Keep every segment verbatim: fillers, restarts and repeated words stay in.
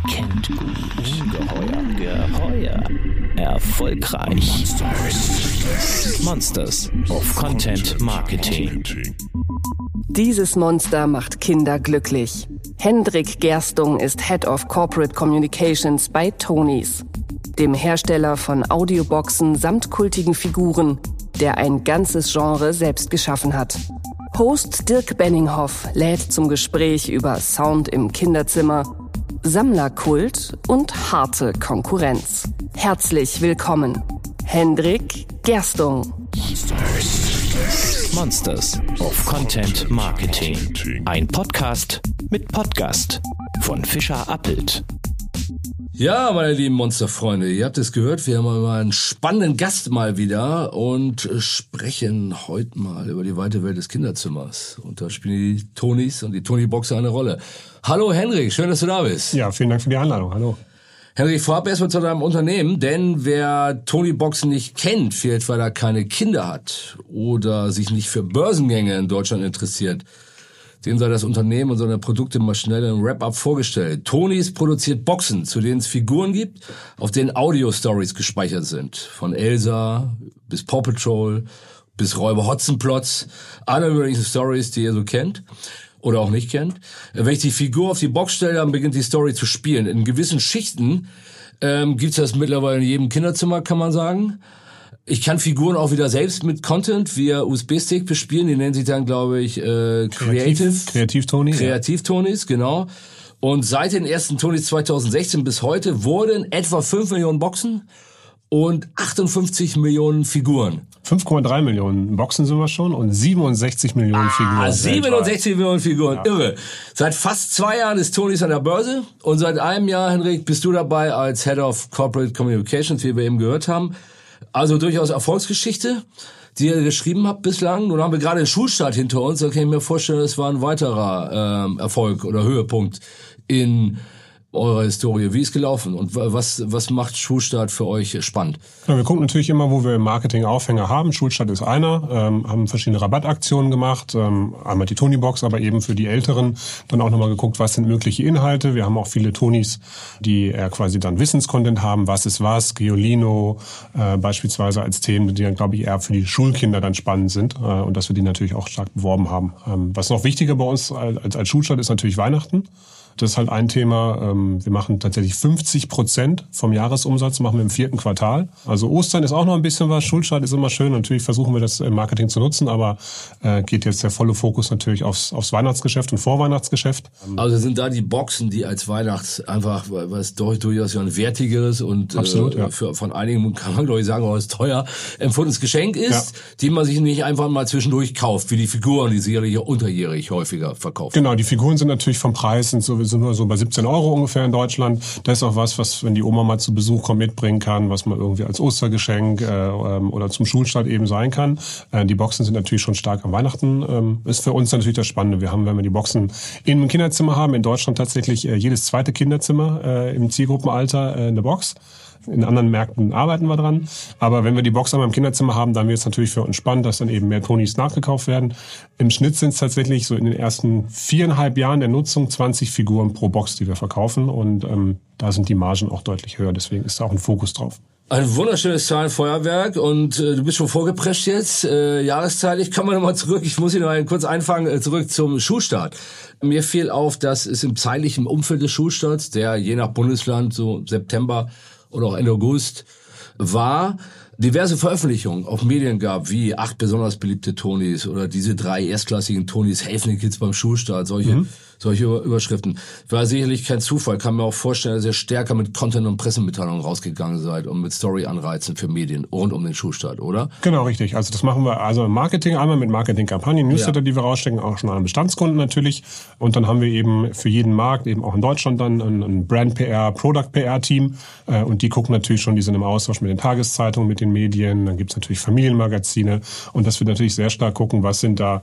erkennt Ungeheuer, Geheuer, erfolgreich. Monsters of Content Marketing. Dieses Monster macht Kinder glücklich. Hendrik Gerstung ist Head of Corporate Communications bei Tonys, dem Hersteller von Audioboxen samt kultigen Figuren, der ein ganzes Genre selbst geschaffen hat. Host Dirk Benninghoff lädt zum Gespräch über Sound im Kinderzimmer, Sammlerkult und harte Konkurrenz. Herzlich willkommen, Hendrik Gerstung. Monsters of Content Marketing. Ein Podcast mit Podcast von Fischer Appelt. Ja, meine lieben Monsterfreunde, ihr habt es gehört, wir haben mal einen spannenden Gast mal wieder und sprechen heute mal über die weite Welt des Kinderzimmers. Und da spielen die Tonys und die Tony-Boxer eine Rolle. Hallo Henrik, schön, dass du da bist. Ja, vielen Dank für die Einladung, hallo. Henrik, vorab erstmal zu deinem Unternehmen, denn wer Tony-Boxen nicht kennt, vielleicht weil er keine Kinder hat oder sich nicht für Börsengänge in Deutschland interessiert, dem sei das Unternehmen und seine Produkte mal schnell im Wrap-Up vorgestellt. Tonys produziert Boxen, zu denen es Figuren gibt, auf denen Audio-Stories gespeichert sind. Von Elsa bis Paw Patrol bis Räuber Hotzenplotz. Alle möglichen Stories, die ihr so kennt oder auch nicht kennt. Wenn ich die Figur auf die Box stelle, dann beginnt die Story zu spielen. In gewissen Schichten ähm, gibt's das mittlerweile in jedem Kinderzimmer, kann man sagen. Ich kann Figuren auch wieder selbst mit Content via U S B-Stick bespielen. Die nennen sich dann, glaube ich, äh, Creative. Kreativ-Tonys. Kreativ-Tonys, genau. Und seit den ersten Tonys zweitausendsechzehn bis heute wurden etwa fünf Millionen Boxen und achtundfünfzig Millionen Figuren. fünf Komma drei Millionen Boxen sind wir schon und siebenundsechzig Millionen ah, Figuren. siebenundsechzig Millionen Figuren, ja. Irre. Seit fast zwei Jahren ist Tonys an der Börse und seit einem Jahr, Henrik, bist du dabei als Head of Corporate Communications, wie wir eben gehört haben. Also durchaus Erfolgsgeschichte, die ihr geschrieben habt bislang. Nun haben wir gerade den Schulstart hinter uns, da kann ich mir vorstellen, das war ein weiterer ähm, Erfolg oder Höhepunkt in eurer Historie. Wie ist gelaufen und was was macht Schulstart für euch spannend? Ja, wir gucken natürlich immer, wo wir im Marketing Aufhänger haben. Schulstart ist einer, ähm, haben verschiedene Rabattaktionen gemacht, ähm, einmal die Tony-Box, aber eben für die Älteren dann auch nochmal geguckt, was sind mögliche Inhalte. Wir haben auch viele Tonys, die eher quasi dann Wissenscontent haben, was ist was, Geolino äh, beispielsweise als Themen, die dann, glaube ich, eher für die Schulkinder dann spannend sind äh, und dass wir die natürlich auch stark beworben haben. Ähm, was noch wichtiger bei uns als, als Schulstart ist natürlich Weihnachten. Das ist halt ein Thema. Wir machen tatsächlich fünfzig Prozent vom Jahresumsatz machen wir im vierten Quartal. Also Ostern ist auch noch ein bisschen was. Schulstart ist immer schön. Natürlich versuchen wir das im Marketing zu nutzen, aber äh, geht jetzt der volle Fokus natürlich aufs, aufs Weihnachtsgeschäft und Vorweihnachtsgeschäft. Also sind da die Boxen, die als Weihnachts einfach, was durchaus ja ein wertigeres und Absolut, äh, ja. für, von einigen kann man glaube ich sagen, auch es teuer empfundenes Geschenk ist, ja. die man sich nicht einfach mal zwischendurch kauft, wie die Figuren, die sicherlich unterjährig häufiger verkauft. Genau, die Figuren sind natürlich vom Preis sind so sind wir so bei siebzehn Euro ungefähr in Deutschland. Das ist auch was, was, wenn die Oma mal zu Besuch kommt, mitbringen kann, was man irgendwie als Ostergeschenk äh, oder zum Schulstart eben sein kann. Äh, die Boxen sind natürlich schon stark am Weihnachten. Ähm, ist für uns natürlich das Spannende. Wir haben, wenn wir die Boxen in einem Kinderzimmer haben, in Deutschland tatsächlich äh, jedes zweite Kinderzimmer äh, im Zielgruppenalter äh, eine Box. In anderen Märkten arbeiten wir dran. Aber wenn wir die Box einmal im Kinderzimmer haben, dann wird es natürlich für uns spannend, dass dann eben mehr Tonys nachgekauft werden. Im Schnitt sind es tatsächlich so in den ersten viereinhalb Jahren der Nutzung zwanzig Figuren pro Box, die wir verkaufen. Und ähm, da sind die Margen auch deutlich höher. Deswegen ist da auch ein Fokus drauf. Ein wunderschönes Zahlenfeuerwerk und äh, du bist schon vorgeprescht jetzt, äh, jahreszeitlich. Kommen wir nochmal zurück, ich muss hier noch mal kurz einfangen, äh, zurück zum Schulstart. Mir fiel auf, dass es im zeitlichen Umfeld des Schulstarts, der je nach Bundesland so September oder auch Ende August war, diverse Veröffentlichungen auf Medien gab, wie acht besonders beliebte Tonys oder diese drei erstklassigen Tonys helfen den Kids beim Schulstart, solche mhm. solche Überschriften. War sicherlich kein Zufall, kann mir auch vorstellen, dass ihr stärker mit Content und Pressemitteilungen rausgegangen seid und mit Story-Anreizen für Medien rund um den Schulstart, oder? Genau, richtig. Also das machen wir also im Marketing, einmal mit Marketingkampagnen, Newsletter, ja. die wir rausstecken, auch schon an Bestandskunden natürlich. Und dann haben wir eben für jeden Markt, eben auch in Deutschland dann ein, ein Brand-P R, Product-P R-Team. Und die gucken natürlich schon, die sind im Austausch mit den Tageszeitungen, mit den Medien. Dann gibt's natürlich Familienmagazine. Und dass wir natürlich sehr stark gucken, was sind da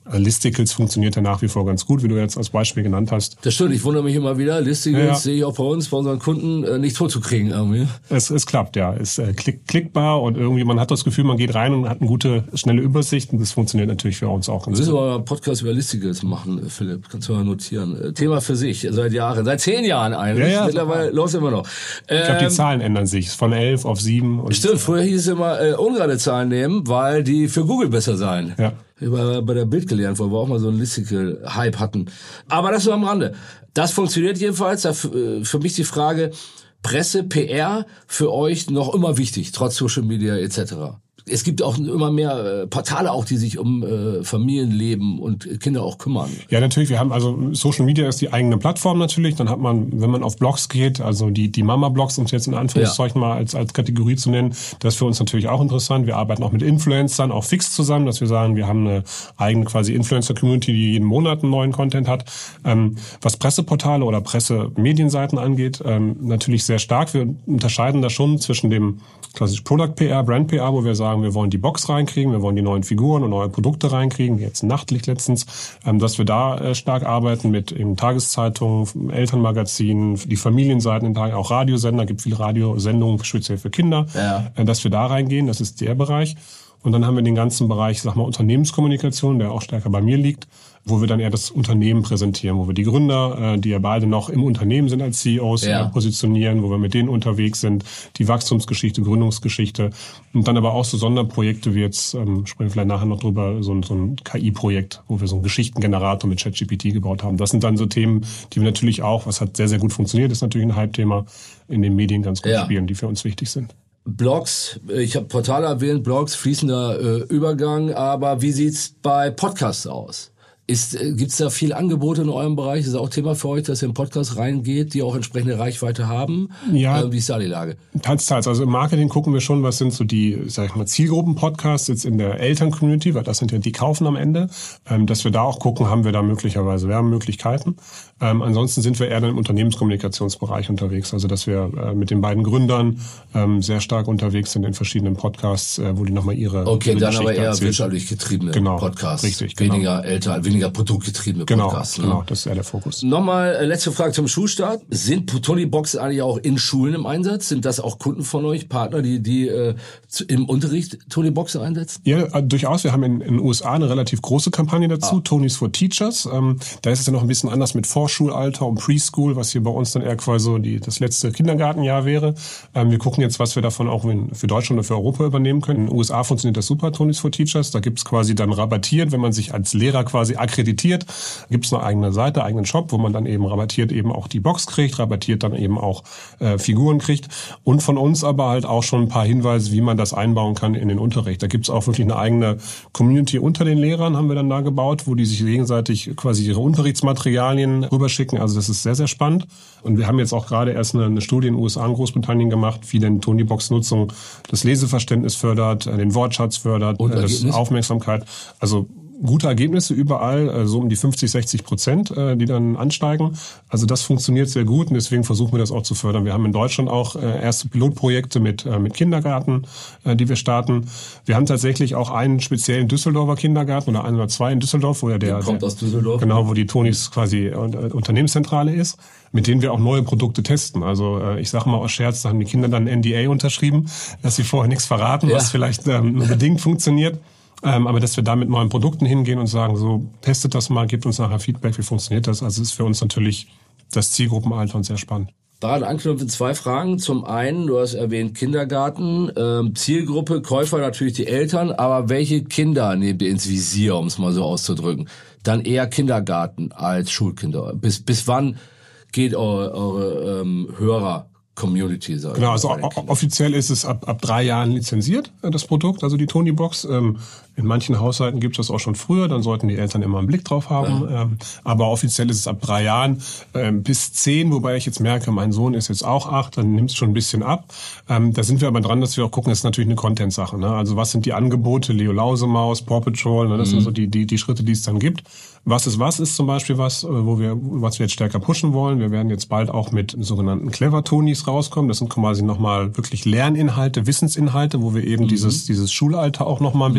Listicles funktioniert ja nach wie vor ganz gut, wie du jetzt als Beispiel genannt hast. Das stimmt, ich wundere mich immer wieder. Listicles ja, ja. sehe ich auch bei uns, bei unseren Kunden, äh, nicht totzukriegen irgendwie. Es, es klappt, ja. Es ist äh, klick, klickbar und irgendwie, man hat das Gefühl, man geht rein und hat eine gute, schnelle Übersicht und das funktioniert natürlich für uns auch ganz gut. Wir müssen aber einen Podcast über Listicles machen, Philipp. Kannst du mal notieren. Thema für sich, seit Jahren, seit zehn Jahren eigentlich. Ja, ja, Mittlerweile läuft es immer noch. Ähm, ich glaube, die Zahlen ändern sich. Von elf auf sieben. Und stimmt, früher hieß es immer, äh, ungerade Zahlen nehmen, weil die für Google besser seien. Ja. Ich war bei der Bild gelernt, wo wir auch mal so einen Listicle-Hype hatten. Aber das nur am Rande. Das funktioniert jedenfalls. Da für mich die Frage, Presse, P R für euch noch immer wichtig, trotz Social Media et cetera. Es gibt auch immer mehr äh, Portale auch, die sich um äh, Familienleben und Kinder auch kümmern. Ja, natürlich. Wir haben also Social Media ist die eigene Plattform natürlich. Dann hat man, wenn man auf Blogs geht, also die die Mama-Blogs, um es jetzt in Anführungszeichen ja. mal als als Kategorie zu nennen, das ist für uns natürlich auch interessant. Wir arbeiten auch mit Influencern, auch fix zusammen, dass wir sagen, wir haben eine eigene quasi Influencer-Community, die jeden Monat einen neuen Content hat. Ähm, was Presseportale oder Presse-Medienseiten angeht, ähm, natürlich sehr stark. Wir unterscheiden da schon zwischen dem klassisch Product-P R, Brand-P R, wo wir sagen, wir wollen die Box reinkriegen, wir wollen die neuen Figuren und neue Produkte reinkriegen, jetzt Nachtlicht letztens, ähm, dass wir da äh, stark arbeiten mit eben Tageszeitungen, Elternmagazinen, die Familienseiten, in Tagen, auch Radiosender, gibt viele Radiosendungen speziell für Kinder, ja. äh, dass wir da reingehen, das ist der Bereich. Und dann haben wir den ganzen Bereich, sag mal, Unternehmenskommunikation, der auch stärker bei mir liegt, wo wir dann eher das Unternehmen präsentieren, wo wir die Gründer, die ja beide noch im Unternehmen sind als C E Os, ja. positionieren, wo wir mit denen unterwegs sind, die Wachstumsgeschichte, Gründungsgeschichte und dann aber auch so Sonderprojekte wie jetzt, ähm, sprechen wir vielleicht nachher noch drüber, so ein, so ein K I-Projekt, wo wir so einen Geschichtengenerator mit ChatGPT gebaut haben. Das sind dann so Themen, die wir natürlich auch, was hat sehr, sehr gut funktioniert, ist natürlich ein Hype-Thema, in den Medien ganz gut ja. spielen, die für uns wichtig sind. Blogs, ich habe Portale erwähnt, Blogs, fließender äh, Übergang, aber wie sieht's bei Podcasts aus? Ist, äh, gibt's da viel Angebote in eurem Bereich? Ist das auch Thema für euch, dass ihr in Podcast reingeht, die auch entsprechende Reichweite haben? Ja. Äh, wie ist da die Lage? Teils, teils. Also im Marketing gucken wir schon, was sind so die, sag ich mal, Zielgruppen-Podcasts jetzt in der Eltern-Community, weil das sind ja die kaufen am Ende, ähm, dass wir da auch gucken, haben wir da möglicherweise Werbemöglichkeiten. Ähm, ansonsten sind wir eher dann im Unternehmenskommunikationsbereich unterwegs, also dass wir äh, mit den beiden Gründern ähm, sehr stark unterwegs sind in verschiedenen Podcasts, äh, wo die nochmal ihre Okay, ihre dann Geschichte aber eher erzählen. Wirtschaftlich getriebene genau, Podcasts. Richtig, genau. Weniger Eltern, weniger produktgetriebene genau, Podcasts. Genau, ne? das ist eher der Fokus. Nochmal äh, letzte Frage zum Schulstart. Sind Tonyboxen eigentlich auch in Schulen im Einsatz? Sind das auch Kunden von euch, Partner, die die äh, zu, im Unterricht Tonyboxen einsetzen? Ja, äh, durchaus. Wir haben in den U S A eine relativ große Kampagne dazu, ah. Tonys for Teachers. Ähm, da ist es ja noch ein bisschen anders mit Vorschulalter und Preschool, was hier bei uns dann eher quasi so die, das letzte Kindergartenjahr wäre. Ähm, wir gucken jetzt, was wir davon auch in, für Deutschland und für Europa übernehmen können. In den U S A funktioniert das super, Tonys for Teachers. Da gibt's quasi dann rabattiert, wenn man sich als Lehrer quasi akkreditiert, gibt's eine eigene Seite, eigenen Shop, wo man dann eben rabattiert eben auch die Box kriegt, rabattiert dann eben auch äh, Figuren kriegt und von uns aber halt auch schon ein paar Hinweise, wie man das einbauen kann in den Unterricht. Da gibt's auch wirklich eine eigene Community unter den Lehrern, haben wir dann da gebaut, wo die sich gegenseitig quasi ihre Unterrichtsmaterialien rüberschicken. Also das ist sehr, sehr spannend. Und wir haben jetzt auch gerade erst eine, eine Studie in den U S A und Großbritannien gemacht, wie denn Tonybox-Nutzung das Leseverständnis fördert, den Wortschatz fördert, und das Aufmerksamkeit. Also gute Ergebnisse überall, so um die fünfzig, sechzig Prozent, die dann ansteigen. Also das funktioniert sehr gut und deswegen versuchen wir das auch zu fördern. Wir haben in Deutschland auch erste Pilotprojekte mit mit Kindergarten, die wir starten. Wir haben tatsächlich auch einen speziellen Düsseldorfer Kindergarten oder ein oder zwei in Düsseldorf, wo ja der, der kommt der aus Düsseldorf. Genau, wo die Tonys quasi Unternehmenszentrale ist, mit denen wir auch neue Produkte testen. Also ich sage mal aus Scherz, da haben die Kinder dann ein N D A unterschrieben, dass sie vorher nichts verraten, ja. was vielleicht ähm, nur bedingt funktioniert. Ähm, aber dass wir da mit neuen Produkten hingehen und sagen, so testet das mal, gebt uns nachher Feedback, wie funktioniert das. Also ist für uns natürlich das Zielgruppenalter und sehr spannend. Daran anknüpfen zwei Fragen. Zum einen, du hast erwähnt Kindergarten, ähm, Zielgruppe, Käufer natürlich die Eltern, aber welche Kinder nehmt ihr ins Visier, um es mal so auszudrücken? Dann eher Kindergarten als Schulkinder. Bis bis wann geht eure, eure ähm, Hörer Community sein? Genau, also offiziell ist es ab ab drei Jahren lizenziert, das Produkt, also die Tonybox. Ähm, in manchen Haushalten gibt es das auch schon früher, dann sollten die Eltern immer einen Blick drauf haben. Ja. Ähm, aber offiziell ist es ab drei Jahren ähm, bis zehn, wobei ich jetzt merke, mein Sohn ist jetzt auch acht, dann nimmt es schon ein bisschen ab. Ähm, da sind wir aber dran, dass wir auch gucken, das ist natürlich eine Content-Sache. Ne? Also was sind die Angebote, Leo Lausemaus, Paw Patrol, ne? das mhm. sind so die, die, die Schritte, die es dann gibt. Was ist was ist zum Beispiel was, wo wir, was wir jetzt stärker pushen wollen. Wir werden jetzt bald auch mit sogenannten Clever Tonys rauskommen. Das sind quasi nochmal wirklich Lerninhalte, Wissensinhalte, wo wir eben mhm. dieses, dieses Schulalter auch nochmal ein mhm. bisschen stärker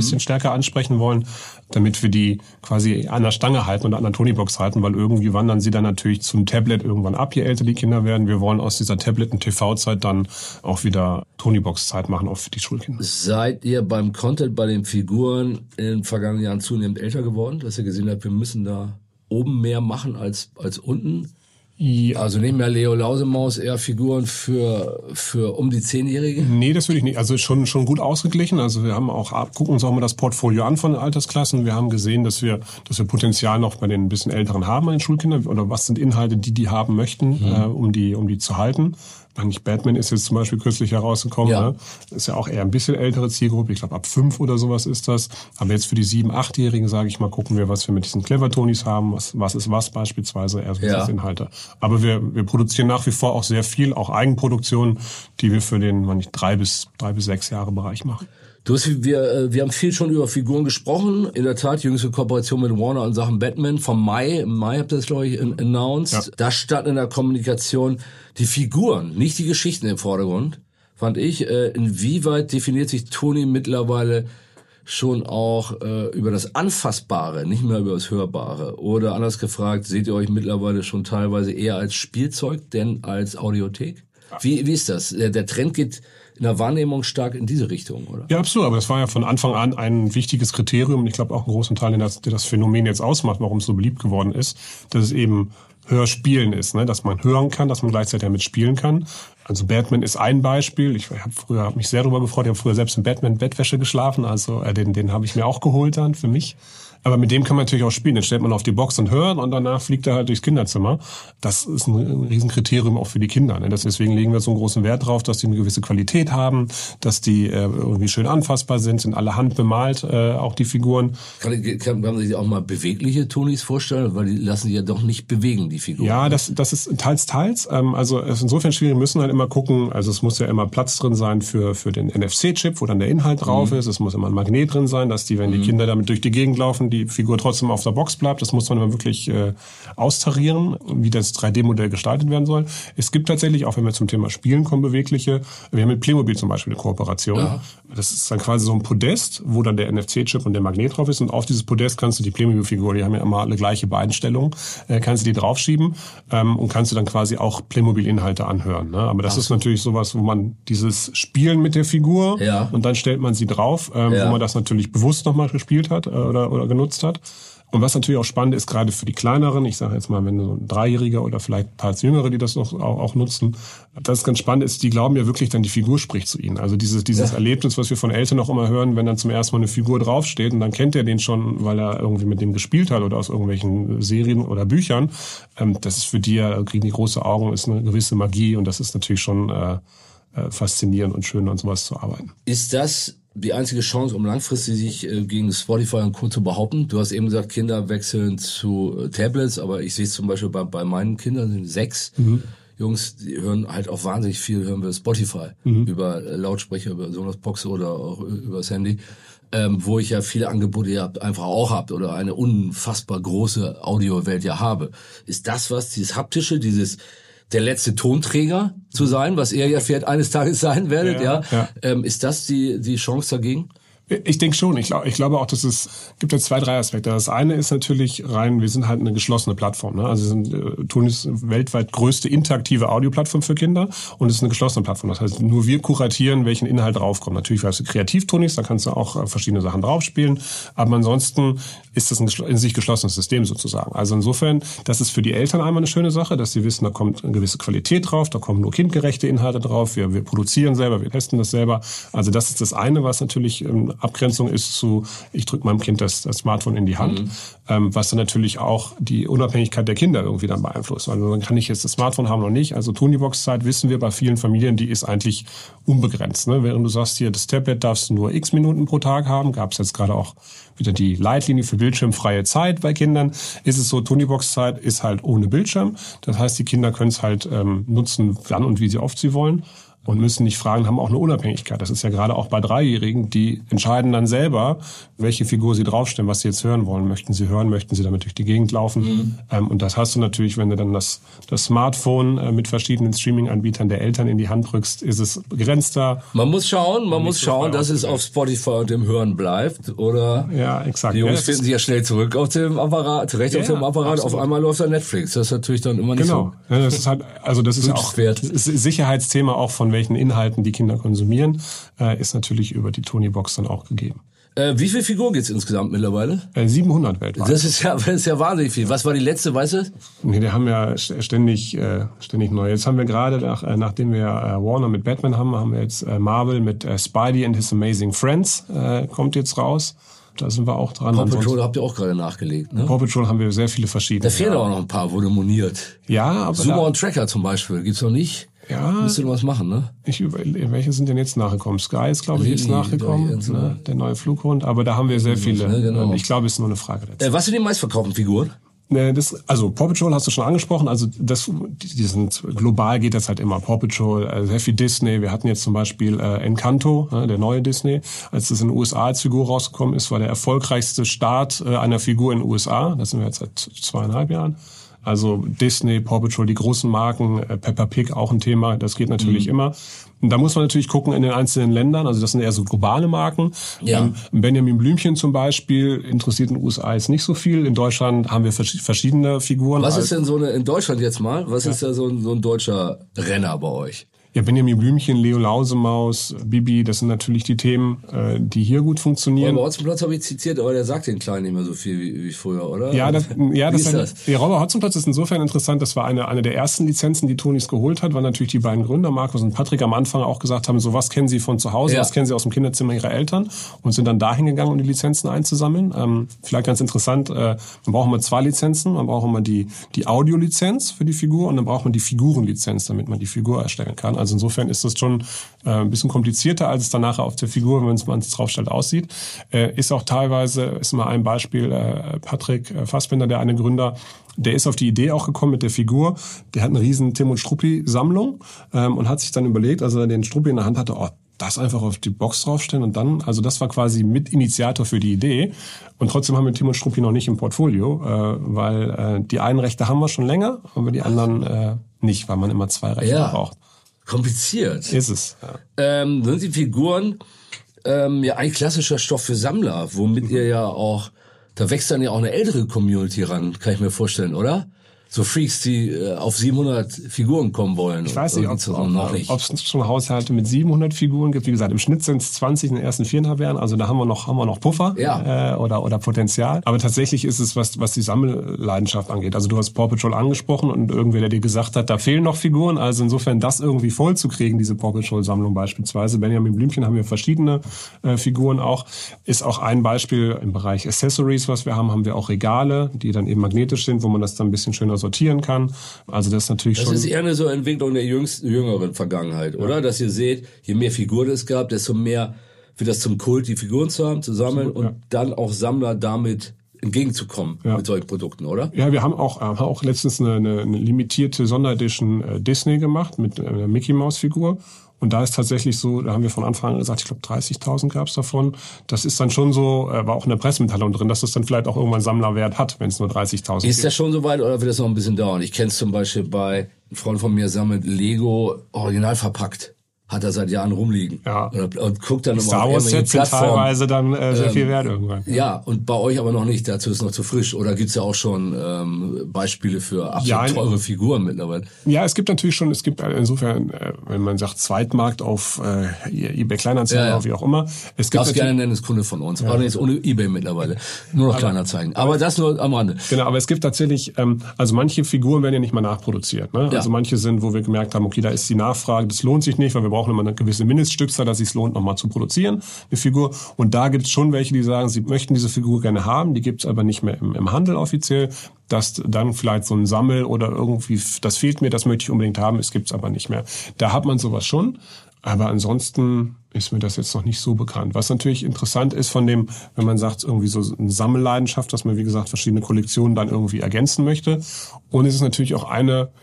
stärker ansprechen wollen, damit wir die quasi an der Stange halten oder an der Tonybox halten, weil irgendwie wandern sie dann natürlich zum Tablet irgendwann ab, je älter die Kinder werden. Wir wollen aus dieser Tablet- und T V-Zeit dann auch wieder Tonybox-Zeit machen, auch für die Schulkinder. Seid ihr beim Content, bei den Figuren in den vergangenen Jahren zunehmend älter geworden, dass ihr gesehen habt, wir müssen da oben mehr machen als als unten? Ja. Also nicht mehr Leo Lausemaus, eher Figuren für für um die Zehnjährigen? Nee, das würde ich nicht. Also schon schon gut ausgeglichen. Also wir haben auch gucken uns auch mal das Portfolio an von den Altersklassen. Wir haben gesehen, dass wir dass wir Potenzial noch bei den ein bisschen Älteren haben, bei den Schulkindern. Oder was sind Inhalte, die die haben möchten, mhm. äh, um die um die zu halten. Batman ist jetzt zum Beispiel kürzlich herausgekommen. Ja. Ne? Ist ja auch eher ein bisschen ältere Zielgruppe. Ich glaube, ab fünf oder sowas ist das. Aber jetzt für die sieben-, achtjährigen, sage ich mal, gucken wir, was wir mit diesen Clever-Tonys haben. Was, was ist was beispielsweise? Erst was ist Inhalte. Aber wir, wir produzieren nach wie vor auch sehr viel, auch Eigenproduktionen, die wir für den man nicht, drei bis drei bis sechs Jahre Bereich machen. Du hast, wir, wir haben viel schon über Figuren gesprochen. In der Tat, jüngste Kooperation mit Warner in Sachen Batman vom Mai. Im Mai habt ihr das, glaube ich, announced. Ja. Da stand in der Kommunikation die Figuren, nicht die Geschichten im Vordergrund, fand ich. Äh, inwieweit definiert sich Tony mittlerweile schon auch äh, über das Anfassbare, nicht mehr über das Hörbare? Oder anders gefragt, seht ihr euch mittlerweile schon teilweise eher als Spielzeug denn als Audiothek? Wie, wie ist das? Der, der Trend geht in der Wahrnehmung stark in diese Richtung, oder? Ja, absolut. Aber das war ja von Anfang an ein wichtiges Kriterium. Und ich glaube auch einen großen Teil, der das, der das Phänomen jetzt ausmacht, warum es so beliebt geworden ist, dass es eben Hörspielen ist, ne? Dass man hören kann, dass man gleichzeitig damit spielen kann. Also Batman ist ein Beispiel. Ich habe früher hab mich sehr darüber gefreut. Ich habe früher selbst in Batman-Bettwäsche geschlafen. Also äh, den, den habe ich mir auch geholt dann für mich. Aber mit dem kann man natürlich auch spielen. Den stellt man auf die Box und hört und danach fliegt er halt durchs Kinderzimmer. Das ist ein, ein Riesenkriterium auch für die Kinder. Ne? Deswegen legen wir so einen großen Wert drauf, dass die eine gewisse Qualität haben, dass die äh, irgendwie schön anfassbar sind, sind alle handbemalt, äh, auch die Figuren. Kann, kann, kann man sich auch mal bewegliche Tonys vorstellen? Weil die lassen sich ja doch nicht bewegen, die Figuren. Ja, das, das ist teils, teils. Ähm, also es ist insofern schwierig, wir müssen halt immer gucken, also es muss ja immer Platz drin sein für für den N F C-Chip, wo dann der Inhalt drauf mhm. ist. Es muss immer ein Magnet drin sein, dass die, wenn die mhm. Kinder damit durch die Gegend laufen, die Figur trotzdem auf der Box bleibt. Das muss man immer wirklich äh, austarieren, wie das drei D Modell gestaltet werden soll. Es gibt tatsächlich, auch wenn wir zum Thema Spielen kommen, bewegliche, wir haben mit Playmobil zum Beispiel eine Kooperation. Ja. Das ist dann quasi so ein Podest, wo dann der N F C-Chip und der Magnet drauf ist und auf dieses Podest kannst du die Playmobil-Figur, die haben ja immer alle gleiche Beinstellung, äh, kannst du die draufschieben ähm, und kannst du dann quasi auch Playmobil-Inhalte anhören. Ne? Aber das Ach. ist natürlich sowas, wo man dieses Spielen mit der Figur ja. und dann stellt man sie drauf, ähm, ja. wo man das natürlich bewusst nochmal gespielt hat äh, oder, oder genutzt hat. Und was natürlich auch spannend ist, gerade für die Kleineren, ich sage jetzt mal, wenn so ein Dreijähriger oder vielleicht ein paar Jüngere, die das noch auch, auch nutzen, das ganz spannend ist, die glauben ja wirklich dann, die Figur spricht zu ihnen. Also dieses, dieses ja. Erlebnis, was wir von Eltern auch immer hören, wenn dann zum ersten Mal eine Figur draufsteht und dann kennt er den schon, weil er irgendwie mit dem gespielt hat oder aus irgendwelchen Serien oder Büchern. Ähm, das ist für die ja, kriegen die große Augen, ist eine gewisse Magie und das ist natürlich schon äh, äh, faszinierend und schön, an sowas zu arbeiten. Ist das die einzige Chance, um langfristig sich äh, gegen Spotify und Co. zu behaupten? Du hast eben gesagt, Kinder wechseln zu äh, Tablets, aber ich sehe es zum Beispiel bei, bei meinen Kindern, sind sechs mhm. Jungs, die hören halt auch wahnsinnig viel, hören wir Spotify mhm. über äh, Lautsprecher, über Sonos Box oder auch über das Handy, ähm, wo ich ja viele Angebote ja einfach auch habt oder eine unfassbar große Audiowelt ja habe. Ist das was, dieses haptische, dieses der letzte Tonträger zu sein, was ihr ja vielleicht eines Tages sein werdet, ja. ja. ja. Ähm, ist das die die Chance dagegen? Ich denke schon. Ich glaube, ich glaube auch, dass es gibt ja zwei, drei Aspekte. Das eine ist natürlich rein, wir sind halt eine geschlossene Plattform. Ne? Also wir sind äh, Tonys weltweit größte interaktive Audioplattform für Kinder und es ist eine geschlossene Plattform. Das heißt, nur wir kuratieren, welchen Inhalt draufkommt. Natürlich hast du Kreativ-Tonys, da kannst du auch äh, verschiedene Sachen draufspielen. Aber ansonsten ist das ein in sich geschlossenes System sozusagen. Also insofern, das ist für die Eltern einmal eine schöne Sache, dass sie wissen, da kommt eine gewisse Qualität drauf, da kommen nur kindgerechte Inhalte drauf. Wir, wir produzieren selber, wir testen das selber. Also das ist das eine, was natürlich ähm, Abgrenzung ist zu, ich drücke meinem Kind das, das Smartphone in die Hand, mhm. ähm, was dann natürlich auch die Unabhängigkeit der Kinder irgendwie dann beeinflusst. Also dann kann ich jetzt das Smartphone haben oder nicht. Also Tonybox-Zeit wissen wir bei vielen Familien, die ist eigentlich unbegrenzt. Ne? Während du sagst, hier das Tablet darfst du nur x Minuten pro Tag haben, gab es jetzt gerade auch wieder die Leitlinie für bildschirmfreie Zeit bei Kindern, ist es so, Tonybox-Zeit ist halt ohne Bildschirm. Das heißt, die Kinder können es halt ähm, nutzen, wann und wie sie oft sie wollen. und müssen nicht fragen, haben auch eine Unabhängigkeit. Das ist ja gerade auch bei Dreijährigen, die entscheiden dann selber, welche Figur sie draufstellen, was sie jetzt hören wollen. Möchten sie hören, möchten sie damit durch die Gegend laufen? Mhm. Ähm, und das hast du natürlich, wenn du dann das, das Smartphone äh, mit verschiedenen Streaming-Anbietern der Eltern in die Hand drückst, ist es begrenzter. Man muss schauen, man muss schauen, dass es auf Spotify und dem Hören bleibt, oder? Ja, exakt. Die Jungs ja, finden sich ja schnell zurück auf dem Apparat, recht ja, auf dem Apparat, absolut. auf einmal läuft da Netflix. Das ist natürlich dann immer nicht genau. so. Ja, das ist halt, also das ist ja auch das ist Sicherheitsthema auch von welchen Inhalten die Kinder konsumieren, äh, ist natürlich über die Tony-Box dann auch gegeben. Äh, wie viele Figuren gibt's insgesamt mittlerweile? Äh, siebenhundert weltweit. Das ist ja, das ist ja wahnsinnig viel. Was war die letzte, weißt du? Nee, die haben ja ständig, äh, ständig neu. Jetzt haben wir gerade, nach, äh, nachdem wir äh, Warner mit Batman haben, haben wir jetzt äh, Marvel mit äh, Spidey and His Amazing Friends, äh, kommt jetzt raus. Da sind wir auch dran. Paw Patrol habt ihr auch gerade nachgelegt, ne? Paw Patrol haben wir sehr viele verschiedene. Da fehlen ja. auch noch ein paar, wurde moniert. Ja, aber Zoomer da, und Tracker zum Beispiel, gibt's noch nicht? Ja. Müsste du was machen, ne? Ich über, welche sind denn jetzt nachgekommen? Sky ist, glaube ich, jetzt nachgekommen, so. ne? Der neue Flughund. Aber da haben wir sehr viele. Ne, genau. Ich glaube, es ist nur eine Frage der Zeit. Äh, was sind die meistverkauften Figuren? Das, also Paw Patrol hast du schon angesprochen, also das, die sind global geht das halt immer. Paw Patrol, äh, sehr viel Disney. Wir hatten jetzt zum Beispiel äh, Encanto, äh, der neue Disney. Als das in den U S A als Figur rausgekommen ist, war der erfolgreichste Start äh, einer Figur in den U S A. Das sind wir jetzt seit zweieinhalb Jahren. Also Disney, Paw Patrol, die großen Marken, äh, Peppa Pig auch ein Thema, das geht natürlich mhm. immer. Und da muss man natürlich gucken in den einzelnen Ländern, also das sind eher so globale Marken. Ja. Ähm, Benjamin Blümchen zum Beispiel interessiert in den U S A jetzt nicht so viel. In Deutschland haben wir vers- verschiedene Figuren. Was ist denn so eine, in Deutschland jetzt mal, was ja. ist da so ein, so ein deutscher Renner bei euch? Ja, Benjamin Blümchen, Leo Lausemaus, Bibi, das sind natürlich die Themen, äh, die hier gut funktionieren. Räuber Hotzenplotz habe ich zitiert, aber der sagt den Kleinen nicht mehr so viel wie, wie früher, oder? Ja, das, ja, das, ist eine, das? Ja, Räuber Hotzenplotz ist insofern interessant, das war eine, eine der ersten Lizenzen, die Tonys geholt hat, weil natürlich die beiden Gründer, Markus und Patrick, am Anfang auch gesagt haben, so was kennen sie von zu Hause, ja. was kennen sie aus dem Kinderzimmer ihrer Eltern und sind dann dahin gegangen, um die Lizenzen einzusammeln. Ähm, vielleicht ganz interessant, äh, man braucht immer zwei Lizenzen, man braucht immer die, die Audiolizenz für die Figur und dann braucht man die Figurenlizenz, damit man die Figur erstellen kann. Also insofern ist das schon äh, ein bisschen komplizierter, als es dann nachher auf der Figur, wenn man es draufstellt, aussieht. Äh, ist auch teilweise, ist mal ein Beispiel, äh, Patrick Fassbender, der eine Gründer, der ist auf die Idee auch gekommen mit der Figur. Der hat eine riesen Tim und Struppi-Sammlung ähm, und hat sich dann überlegt, als er den Struppi in der Hand hatte, oh, das einfach auf die Box draufstellen und dann, also das war quasi mit Initiator für die Idee. Und trotzdem haben wir Tim und Struppi noch nicht im Portfolio, äh, weil äh, die einen Rechte haben wir schon länger, aber die anderen äh, nicht, weil man immer zwei Rechte ja. braucht. Kompliziert. Ist es. Ja. Ähm, sind die Figuren ähm, ja ein klassischer Stoff für Sammler, womit ihr ja auch, da wächst dann ja auch eine ältere Community ran, kann ich mir vorstellen, oder? So Freaks, die äh, auf siebenhundert Figuren kommen wollen. Ich weiß nicht, ob es ob, schon Haushalte mit siebenhundert Figuren gibt. Wie gesagt, im Schnitt sind es zwanzig in den ersten viereinhalb Jahren. Also da haben wir noch haben wir noch Puffer ja. äh, oder oder Potenzial. Aber tatsächlich ist es, was was die Sammelleidenschaft angeht. Also du hast Paw Patrol angesprochen und irgendwer, der dir gesagt hat, da fehlen noch Figuren. Also insofern das irgendwie voll zu kriegen, diese Paw Patrol-Sammlung beispielsweise. Benjamin Blümchen haben wir verschiedene äh, Figuren auch. Ist auch ein Beispiel im Bereich Accessories, was wir haben. Haben wir auch Regale, die dann eben magnetisch sind, wo man das dann ein bisschen schöner sortieren kann. Also das ist natürlich das schon... Das ist eher eine so Entwicklung der jüngsten, jüngeren Vergangenheit, oder? Ja. Dass ihr seht, je mehr Figuren es gab, desto mehr wird das zum Kult, die Figuren zu haben, zu sammeln Absolut, und ja. dann auch Sammler damit entgegenzukommen ja. mit solchen Produkten, oder? Ja, wir haben auch, haben auch letztens eine, eine, eine limitierte Sonderedition äh, Disney gemacht mit einer Mickey Maus Figur. Und da ist tatsächlich so, da haben wir von Anfang an gesagt, ich glaube dreißigtausend gab es davon. Das ist dann schon so, äh, war auch in der Pressemitteilung drin, dass das dann vielleicht auch irgendwann Sammlerwert hat, wenn es nur dreißigtausend ist. Ist das schon so weit oder wird das noch ein bisschen dauern? Ich kenne es zum Beispiel bei, ein Freund von mir sammelt Lego original verpackt. Hat er seit Jahren rumliegen. Ja. Und, und guckt dann immer Star Wars Sets sind teilweise dann äh, sehr ähm, viel wert irgendwann. Ja. ja, und bei euch aber noch nicht. Dazu ist noch zu frisch. Oder gibt's ja auch schon ähm, Beispiele für absolut ja, teure Figuren mittlerweile? Ja, es gibt natürlich schon, es gibt insofern, äh, wenn man sagt Zweitmarkt auf äh, eBay Kleinanzeigen ja, ja. oder wie auch immer. Es gibt gerne nennen, ist Kunde von uns. Ja. Aber jetzt ohne eBay mittlerweile. Nur noch aber, Kleinanzeigen. Aber das nur am Rande. Genau, aber es gibt tatsächlich, ähm, also manche Figuren werden ja nicht mal nachproduziert. Ne? Ja. Also manche sind, wo wir gemerkt haben, okay, da ist die Nachfrage, das lohnt sich nicht, weil wir brauchen immer eine gewisse Mindeststückzahl, dass es sich lohnt, nochmal zu produzieren, eine Figur. Und da gibt es schon welche, die sagen, sie möchten diese Figur gerne haben, die gibt es aber nicht mehr im, im Handel offiziell. Dass dann vielleicht so ein Sammel oder irgendwie, das fehlt mir, das möchte ich unbedingt haben, es gibt's aber nicht mehr. Da hat man sowas schon, aber ansonsten ist mir das jetzt noch nicht so bekannt. Was natürlich interessant ist von dem, wenn man sagt, irgendwie so eine Sammelleidenschaft, dass man, wie gesagt, verschiedene Kollektionen dann irgendwie ergänzen möchte. Und es ist natürlich auch eine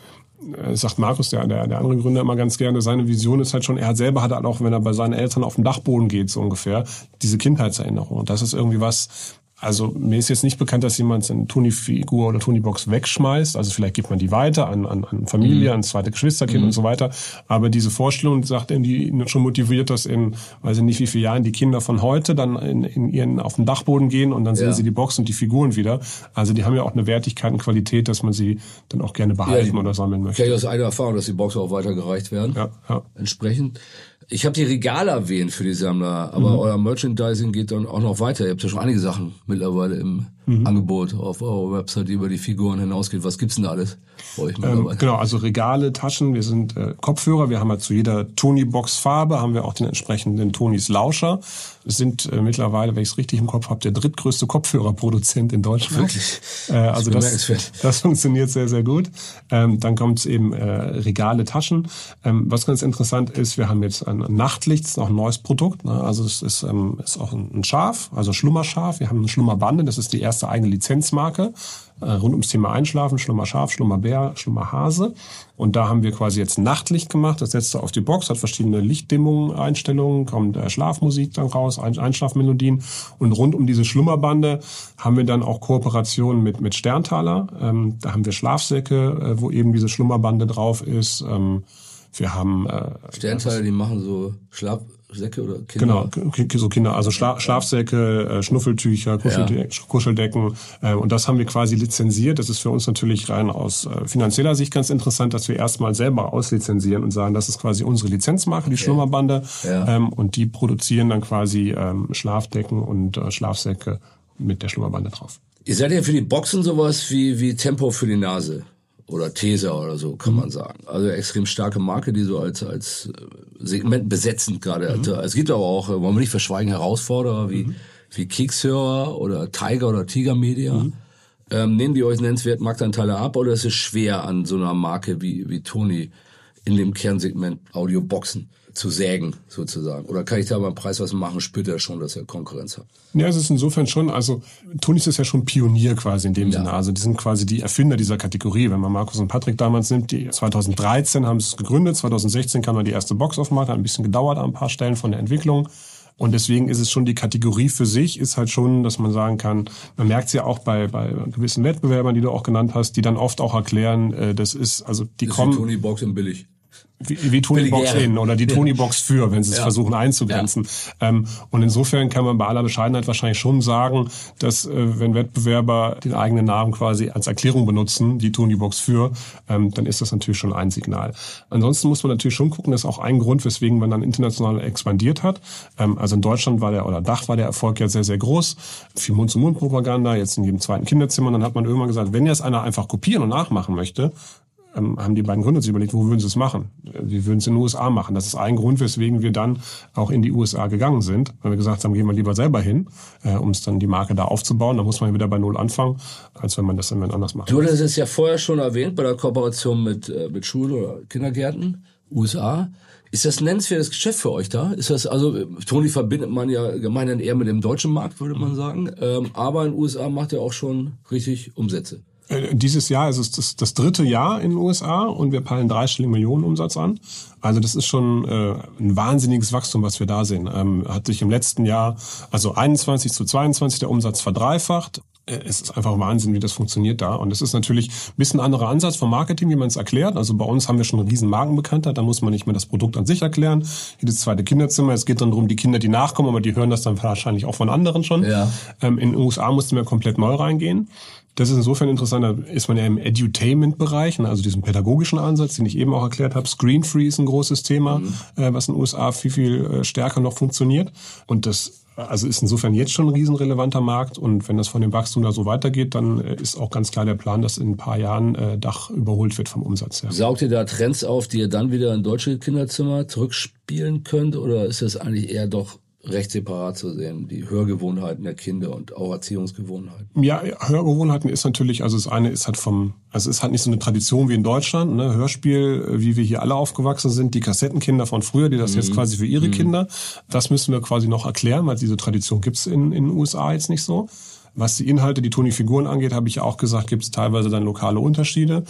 sagt Markus, der, der, der andere Gründer, immer ganz gerne, seine Vision ist halt schon, er hat selber hat halt auch, wenn er bei seinen Eltern auf dem Dachboden geht, so ungefähr, diese Kindheitserinnerung. Und das ist irgendwie was, also mir ist jetzt nicht bekannt, dass jemand eine Tony-Figur oder Tony-Box wegschmeißt. Also vielleicht gibt man die weiter an, an, an Familie, mhm. ans zweite Geschwisterkind mhm. und so weiter. Aber diese Vorstellung, sagt er, die schon motiviert, dass in, weiß ich nicht wie viele Jahren, die Kinder von heute dann in, in ihren auf den Dachboden gehen und dann sehen ja. sie die Box und die Figuren wieder. Also die haben ja auch eine Wertigkeit und Qualität, dass man sie dann auch gerne behalten ja, oder sammeln möchte. Ich kenne aus eigener Erfahrung, dass die Boxen auch weitergereicht werden. Ja, ja. Entsprechend. Ich habe die Regale erwähnt für die Sammler, aber mhm. euer Merchandising geht dann auch noch weiter. Ihr habt ja schon einige Sachen mittlerweile im mhm. Angebot auf eurer Website, die über die Figuren hinausgeht. Was gibt's denn da alles bei euch mittlerweile? Ähm, genau, also Regale, Taschen, wir sind äh, Kopfhörer. Wir haben ja zu jeder Tony-Box-Farbe haben wir auch den entsprechenden Tonys Lauscher. Wir sind äh, mittlerweile, wenn ich es richtig im Kopf habe, der drittgrößte Kopfhörerproduzent in Deutschland. Wirklich? Äh, also das, das, das funktioniert sehr, sehr gut. Ähm, dann kommt's eben äh, Regale, Taschen. Ähm, was ganz interessant ist, wir haben jetzt ein Nachtlicht, das ist auch ein neues Produkt. Ne? Also es ist, ähm, ist auch ein Schaf, also Schlummerschaf. Wir haben eine Schlummerbande, das ist die erste eigene Lizenzmarke äh, rund ums Thema Einschlafen, Schlummerschaf, Schlummerbär, Schlummerhase. Und da haben wir quasi jetzt Nachtlicht gemacht. Das setzt du auf die Box, hat verschiedene Lichtdimmungen, Einstellungen, kommt äh, Schlafmusik dann raus, Einschlafmelodien. Und rund um diese Schlummerbande haben wir dann auch Kooperationen mit mit Sterntaler. Ähm, da haben wir Schlafsäcke, äh, wo eben diese Schlummerbande drauf ist. Ähm, wir haben äh, Sterntaler, die machen so Schlafsäcke oder Kinder? Genau, so Kinder, also Schla- Schlafsäcke, äh, Schnuffeltücher, Kuschelde- ja. Kuscheldecken. Äh, und das haben wir quasi lizenziert. Das ist für uns natürlich rein aus äh, finanzieller Sicht ganz interessant, dass wir erstmal selber auslizenzieren und sagen, das ist quasi unsere Lizenzmarke, die okay. Schlummerbande. Ja. Ähm, und die produzieren dann quasi ähm, Schlafdecken und äh, Schlafsäcke mit der Schlummerbande drauf. Ihr seid ja für die Boxen sowas wie, wie Tempo für die Nase. Oder Tesa oder so, kann man sagen. Also extrem starke Marke, die so als als Segment besetzend gerade. Mhm. Es gibt aber auch, wollen wir nicht verschweigen, Herausforderer wie mhm. wie Kekshörer oder Tiger oder Tiger Media. Mhm. Ähm, nehmen die euch nennenswert Marktanteile ab oder ist es schwer an so einer Marke wie wie Tony in dem Kernsegment Audioboxen zu sägen, sozusagen? Oder kann ich da beim Preis was machen, spürt er schon, dass er Konkurrenz hat? Ja, es ist insofern schon, also Tony ist ja schon Pionier quasi in dem ja. Sinne. Also die sind quasi die Erfinder dieser Kategorie. Wenn man Markus und Patrick damals nimmt, die zweitausenddreizehn haben es gegründet, zweitausendsechzehn kam dann die erste Box auf den Markt, hat ein bisschen gedauert an ein paar Stellen von der Entwicklung. Und deswegen ist es schon die Kategorie für sich, ist halt schon, dass man sagen kann, man merkt es ja auch bei, bei gewissen Wettbewerbern, die du auch genannt hast, die dann oft auch erklären, äh, das ist, also die das kommen... Ist Tony Box im Billig. Wie, wie Tony-Box in oder die Tony-Box für, wenn sie es ja. versuchen einzugrenzen. Ja. Ähm, und insofern kann man bei aller Bescheidenheit wahrscheinlich schon sagen, dass äh, wenn Wettbewerber den eigenen Namen quasi als Erklärung benutzen, die Tony-Box für, ähm, dann ist das natürlich schon ein Signal. Ansonsten muss man natürlich schon gucken, das ist auch ein Grund, weswegen man dann international expandiert hat. Ähm, also in Deutschland war der, oder Dach war der Erfolg ja sehr, sehr groß. Viel Mund-zu-Mund-Propaganda, jetzt in jedem zweiten Kinderzimmer. Und dann hat man irgendwann gesagt, wenn jetzt einer einfach kopieren und nachmachen möchte, Ähm, haben die beiden Gründer sich überlegt, wo würden sie es machen? Wie würden sie in den U S A machen? Das ist ein Grund, weswegen wir dann auch in die U S A gegangen sind, weil wir gesagt haben, gehen wir lieber selber hin, äh, um es dann die Marke da aufzubauen. Da muss man wieder bei Null anfangen, als wenn man das dann anders macht. Du hattest es ja vorher schon erwähnt bei der Kooperation mit äh, mit Schulen oder Kindergärten, U S A. Ist das ein nennenswertes Geschäft für euch da? Ist das, also Tony verbindet man ja gemeinhin eher mit dem deutschen Markt, würde man sagen. Ähm, aber in den U S A macht er auch schon richtig Umsätze. Dieses Jahr ist es das, das dritte Jahr in den U S A und wir peilen dreistelligen Millionen Umsatz an. Also das ist schon äh, ein wahnsinniges Wachstum, was wir da sehen. Ähm, hat sich im letzten Jahr, also einundzwanzig zu zweiundzwanzig, der Umsatz verdreifacht. Es ist einfach Wahnsinn, wie das funktioniert da. Und es ist natürlich ein bisschen anderer Ansatz vom Marketing, wie man es erklärt. Also bei uns haben wir schon eine riesen Markenbekanntheit. Da muss man nicht mehr das Produkt an sich erklären. Jedes zweite Kinderzimmer. Es geht dann darum, die Kinder, die nachkommen, aber die hören das dann wahrscheinlich auch von anderen schon. Ja. Ähm, in den U S A mussten wir komplett neu reingehen. Das ist insofern interessant, da ist man ja im Edutainment-Bereich, also diesem pädagogischen Ansatz, den ich eben auch erklärt habe. Screen-Free ist ein großes Thema, mhm. äh, was in den U S A viel, viel stärker noch funktioniert. Und das also ist insofern jetzt schon ein riesenrelevanter Markt. Und wenn das von dem Wachstum da so weitergeht, dann ist auch ganz klar der Plan, dass in ein paar Jahren äh, Dach überholt wird vom Umsatz her. Saugt ihr da Trends auf, die ihr dann wieder in deutsche Kinderzimmer zurückspielen könnt? Oder ist das eigentlich eher doch recht separat zu sehen, die Hörgewohnheiten der Kinder und auch Erziehungsgewohnheiten? Ja, Hörgewohnheiten ist natürlich, also das eine ist halt vom, also es ist halt nicht so eine Tradition wie in Deutschland, ne, Hörspiel, wie wir hier alle aufgewachsen sind, die Kassettenkinder von früher, die das mhm. jetzt quasi für ihre mhm. Kinder, das müssen wir quasi noch erklären, weil diese Tradition gibt's in, in den U S A jetzt nicht so. Was die Inhalte, die Tony-Figuren angeht, habe ich ja auch gesagt, gibt es teilweise dann lokale Unterschiede.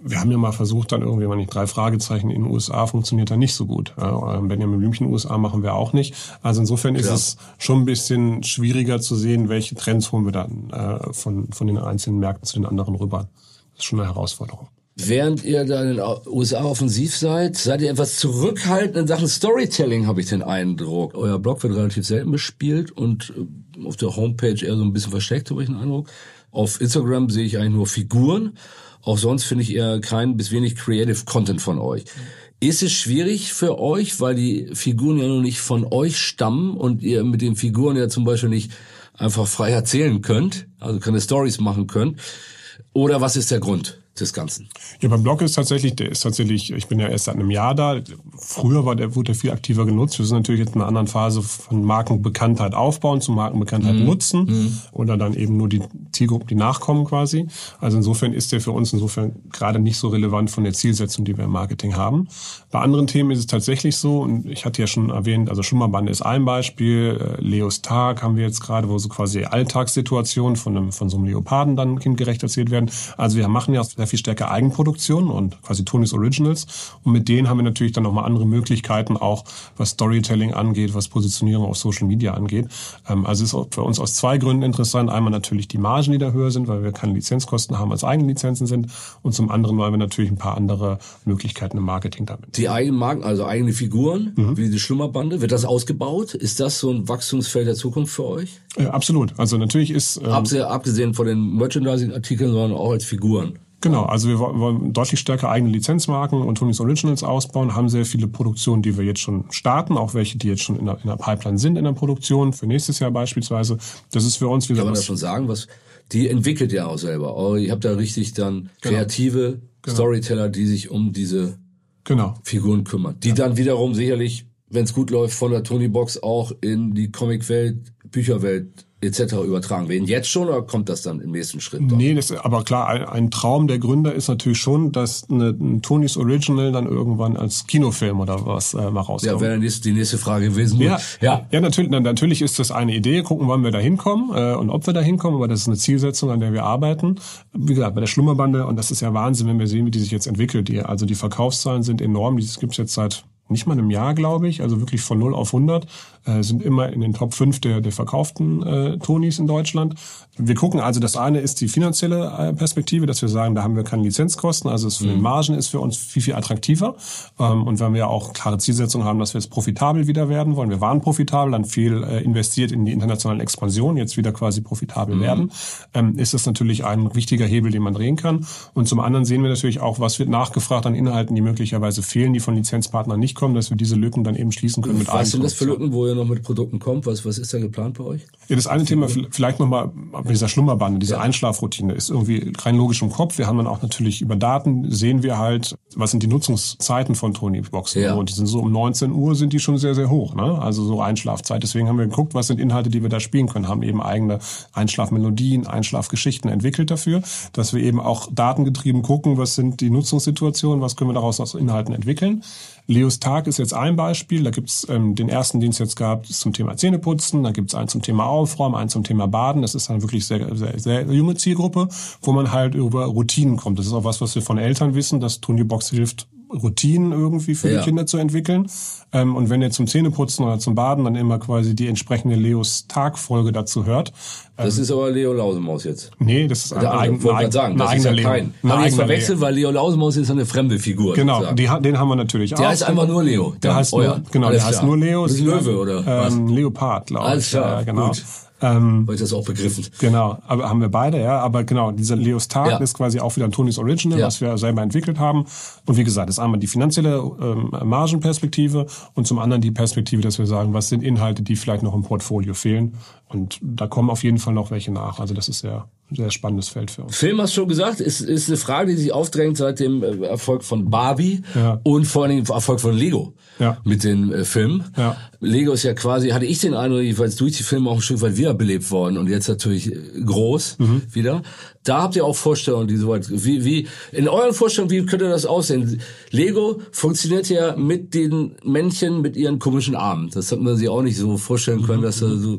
Wir haben ja mal versucht, dann irgendwie mal nicht drei Fragezeichen in den U S A funktioniert dann nicht so gut. Benjamin Blümchen in den U S A machen wir auch nicht. Also insofern ist Klar. es schon ein bisschen schwieriger zu sehen, welche Trends holen wir dann äh, von, von den einzelnen Märkten zu den anderen rüber. Das ist schon eine Herausforderung. Während ihr da in den U S A offensiv seid, seid ihr etwas zurückhaltend in Sachen Storytelling, habe ich den Eindruck. Euer Blog wird relativ selten bespielt und auf der Homepage eher so ein bisschen versteckt, habe ich den Eindruck. Auf Instagram sehe ich eigentlich nur Figuren. Auch sonst finde ich eher kein bis wenig Creative Content von euch. Ist es schwierig für euch, weil die Figuren ja noch nicht von euch stammen und ihr mit den Figuren ja zum Beispiel nicht einfach frei erzählen könnt, also keine Stories machen könnt? Oder was ist der Grund des Ganzen? Ja, beim Blog ist tatsächlich, der ist tatsächlich, ich bin ja erst seit einem Jahr da. Früher war der, wurde der viel aktiver genutzt. Wir sind natürlich jetzt in einer anderen Phase von Markenbekanntheit aufbauen zu Markenbekanntheit mhm. nutzen mhm. oder dann eben nur die Zielgruppen, die nachkommen quasi. Also insofern ist der für uns insofern gerade nicht so relevant von der Zielsetzung, die wir im Marketing haben. Bei anderen Themen ist es tatsächlich so, und ich hatte ja schon erwähnt, also Schlummerbande ist ein Beispiel, Leos Tag haben wir jetzt gerade, wo so quasi Alltagssituationen von einem, von so einem Leoparden dann kindgerecht erzählt werden. Also wir machen ja sehr viel stärker Eigenproduktion und quasi Tonys Originals. Und mit denen haben wir natürlich dann nochmal andere Möglichkeiten, auch was Storytelling angeht, was Positionierung auf Social Media angeht. Also es ist für uns aus zwei Gründen interessant. Einmal natürlich die Margen, die da höher sind, weil wir keine Lizenzkosten haben, als eigene Lizenzen sind. Und zum anderen, weil wir natürlich ein paar andere Möglichkeiten im Marketing damit. Die eigenen Marken, also eigene Figuren, mhm. wie die Schlummerbande, wird das ausgebaut? Ist das so ein Wachstumsfeld der Zukunft für euch? Ja, absolut. Also natürlich ist... Ähm, Abgesehen von den Merchandising-Artikeln, sondern auch als Figuren. Genau, also wir wollen deutlich stärker eigene Lizenzmarken und Tonys Originals ausbauen, haben sehr viele Produktionen, die wir jetzt schon starten, auch welche, die jetzt schon in der, in der Pipeline sind in der Produktion, für nächstes Jahr beispielsweise. Das ist für uns... Wie Kann man das schon sagen? Was die entwickelt ihr auch selber. Oh, ihr habt da richtig dann kreative genau. Storyteller, die sich um diese genau. Figuren kümmern. Die ja. dann wiederum sicherlich, wenn es gut läuft, von der Tony-Box auch in die Comicwelt, Bücherwelt et cetera übertragen werden. Jetzt schon, oder kommt das dann im nächsten Schritt? Doch? Nee, das, aber klar, ein, ein Traum der Gründer ist natürlich schon, dass eine, ein Tonys Original dann irgendwann als Kinofilm oder was äh, mal rauskommt. Ja, wäre die nächste Frage gewesen. Ja, ja. ja natürlich, natürlich ist das eine Idee, gucken, wann wir da hinkommen äh, und ob wir da hinkommen, aber das ist eine Zielsetzung, an der wir arbeiten. Wie gesagt, bei der Schlummerbande, und das ist ja Wahnsinn, wenn wir sehen, wie die sich jetzt entwickelt. Die, also die Verkaufszahlen sind enorm, das gibt's jetzt seit nicht mal einem Jahr, glaube ich, also wirklich von null auf hundert, äh, sind immer in den Top fünf der, der verkauften äh, Tonys in Deutschland. Wir gucken also, das eine ist die finanzielle äh, Perspektive, dass wir sagen, da haben wir keine Lizenzkosten, also es für mhm. den Margen ist für uns viel, viel attraktiver. Ähm, und wenn wir auch klare Zielsetzungen haben, dass wir jetzt profitabel wieder werden wollen, wir waren profitabel, dann viel äh, investiert in die internationale Expansion, jetzt wieder quasi profitabel mhm. werden, ähm, ist das natürlich ein wichtiger Hebel, den man drehen kann. Und zum anderen sehen wir natürlich auch, was wird nachgefragt an Inhalten, die möglicherweise fehlen, die von Lizenzpartnern nicht kommen, dass wir diese Lücken dann eben schließen können mit Was sind das für Lücken, wo ihr noch mit Produkten kommt? Was, was ist da geplant bei euch? Ja, das eine Thema, vielleicht nochmal mit dieser Schlummerbande, diese ja. Einschlafroutine ist irgendwie rein logisch im Kopf. Wir haben dann auch natürlich über Daten, sehen wir halt, was sind die Nutzungszeiten von Tony-Boxen. Ja. Und die sind so um neunzehn Uhr sind die schon sehr, sehr hoch, ne? Also so Einschlafzeit. Deswegen haben wir geguckt, was sind Inhalte, die wir da spielen können, haben eben eigene Einschlafmelodien, Einschlafgeschichten entwickelt dafür, dass wir eben auch datengetrieben gucken, was sind die Nutzungssituationen, was können wir daraus aus Inhalten entwickeln. Leos Tag ist jetzt ein Beispiel. Da gibt's ähm, den ersten, den es jetzt gab, zum Thema Zähneputzen. Da gibt's einen zum Thema Aufräumen, einen zum Thema Baden. Das ist dann wirklich sehr, sehr, sehr junge Zielgruppe, wo man halt über Routinen kommt. Das ist auch was, was wir von Eltern wissen, dass Tony-Box hilft, Routinen irgendwie für ja. die Kinder zu entwickeln. Ähm, und wenn ihr zum Zähneputzen oder zum Baden dann immer quasi die entsprechende Leos Tag-Folge dazu hört. Ähm, das ist aber Leo Lausemaus jetzt. Nee, das ist ein, ein, ein, ein, sagen, das ist ja kein. Haben wir jetzt verwechselt, weil Leo Lausemaus ist eine fremde Figur. Genau, die, den haben wir natürlich der auch. Der heißt einfach nur Leo. Der, der heißt euer. Nur, genau, Alles der heißt klar. nur Leo. Das ist Löwe, oder was? Ähm, Leopard, glaube ich. Alles klar, ja, genau. Gut. Ähm, Weil ich das auch begriffen. Genau, aber haben wir beide, ja. Aber genau, dieser Leos Tag ja. ist quasi auch wieder ein Tonys Original, ja. was wir selber entwickelt haben. Und wie gesagt, das ist einmal die finanzielle ähm, Margenperspektive und zum anderen die Perspektive, dass wir sagen, was sind Inhalte, die vielleicht noch im Portfolio fehlen. Und da kommen auf jeden Fall noch welche nach. Also das ist sehr, sehr spannendes Feld für uns. Film, hast du schon gesagt, ist, ist eine Frage, die sich aufdrängt seit dem Erfolg von Barbie ja. und vor allem dem Erfolg von Lego ja. mit den äh, Filmen. Ja. Lego ist ja quasi, hatte ich den Eindruck, jedenfalls durch die Filme auch ein Stück weit wiederbelebt worden und jetzt natürlich groß mhm. wieder. Da habt ihr auch Vorstellungen, die soweit, wie, wie, in euren Vorstellungen, wie könnte das aussehen? Lego funktioniert ja mit den Männchen mit ihren komischen Armen. Das hat man sich auch nicht so vorstellen können, mhm. dass da so